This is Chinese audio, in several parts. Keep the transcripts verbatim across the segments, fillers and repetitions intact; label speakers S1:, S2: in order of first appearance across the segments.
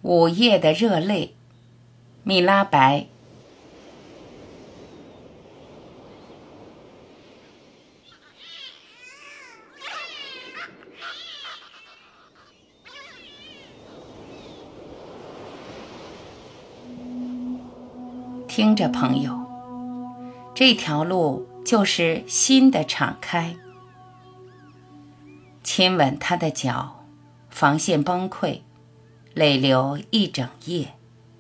S1: 午夜的热泪，米拉白。听着朋友，这条路就是心的敞开。亲吻他的脚，防线崩溃，泪流一整夜。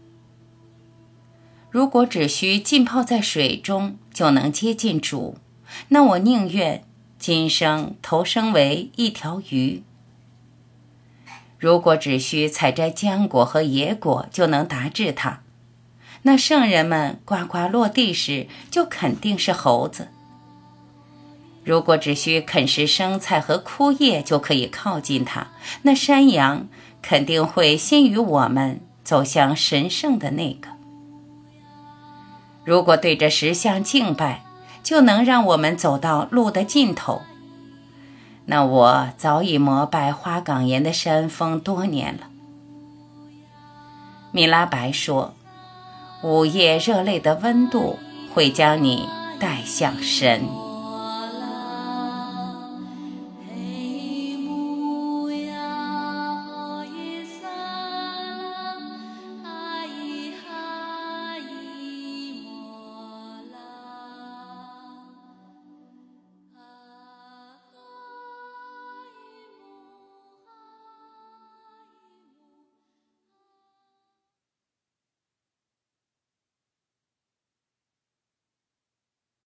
S1: 如果只需浸泡在水中就能接近主，那我宁愿今生投生为一条鱼。如果只需采摘浆果和野果就能达至它，那圣人们呱呱落地时就肯定是猴子。如果只需啃食生菜和枯叶就可以靠近它，那山羊肯定会先于我们走向神圣的那个。如果对着石像敬拜，就能让我们走到路的尽头，那我早已膜拜花岗岩的山峰多年了。米拉白说，午夜热泪的温度会将你带向神。